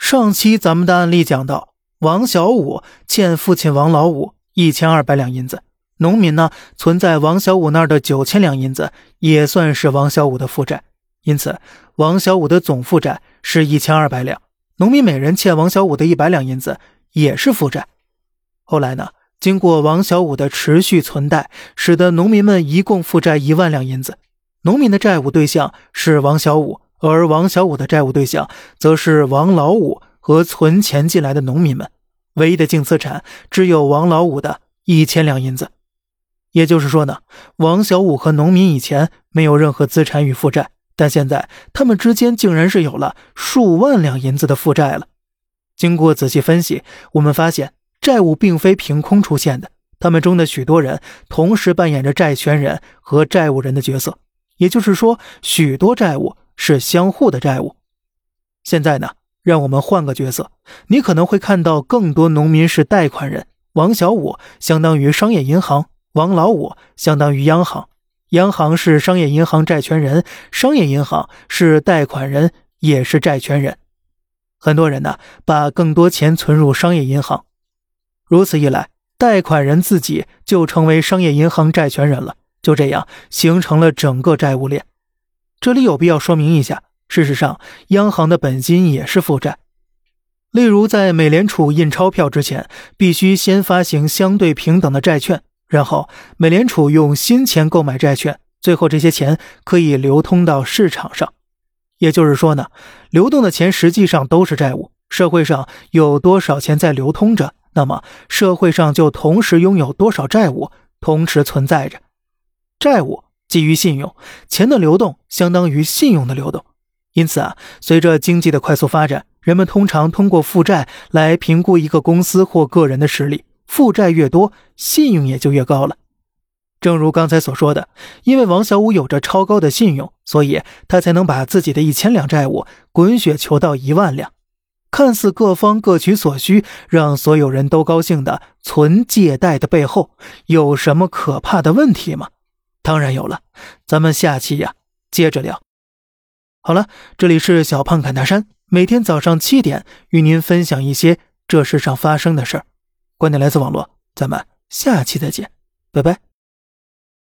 上期咱们的案例讲到，王小武欠父亲王老五1200两银子，农民呢存在王小武那儿的9000两银子也算是王小武的负债，因此王小武的总负债是1200两，农民每人欠王小武的100两银子也是负债。后来呢，经过王小武的持续存贷，使得农民们一共负债1万两银子。农民的债务对象是王小武，而王小武的债务对象则是王老五和存钱进来的农民们，唯一的净资产只有王老五的1000两银子。也就是说呢，王小武和农民以前没有任何资产与负债，但现在他们之间竟然是有了数万两银子的负债了。经过仔细分析，我们发现债务并非凭空出现的，他们中的许多人同时扮演着债权人和债务人的角色，也就是说，许多债务是相互的债务。现在呢，让我们换个角色，你可能会看到更多农民是贷款人，王小武相当于商业银行，王老五相当于央行，央行是商业银行债权人，商业银行是贷款人，也是债权人。很多人呢，把更多钱存入商业银行，如此一来，贷款人自己就成为商业银行债权人了，就这样形成了整个债务链。这里有必要说明一下，事实上央行的本金也是负债。例如在美联储印钞票之前，必须先发行相对平等的债券，然后美联储用新钱购买债券，最后这些钱可以流通到市场上。也就是说呢，流动的钱实际上都是债务，社会上有多少钱在流通着，那么社会上就同时拥有多少债务同时存在着。债务基于信用，钱的流动相当于信用的流动。因此啊，随着经济的快速发展，人们通常通过负债来评估一个公司或个人的实力，负债越多，信用也就越高了。正如刚才所说的，因为王小武有着超高的信用，所以他才能把自己的1000两债务滚雪球到1万两。看似各方各取所需，让所有人都高兴的存借贷的背后，有什么可怕的问题吗？当然有了，咱们下期呀，接着聊。好了，这里是小胖侃大山，每天早上7点与您分享一些这世上发生的事儿。观点来自网络，咱们下期再见，拜拜。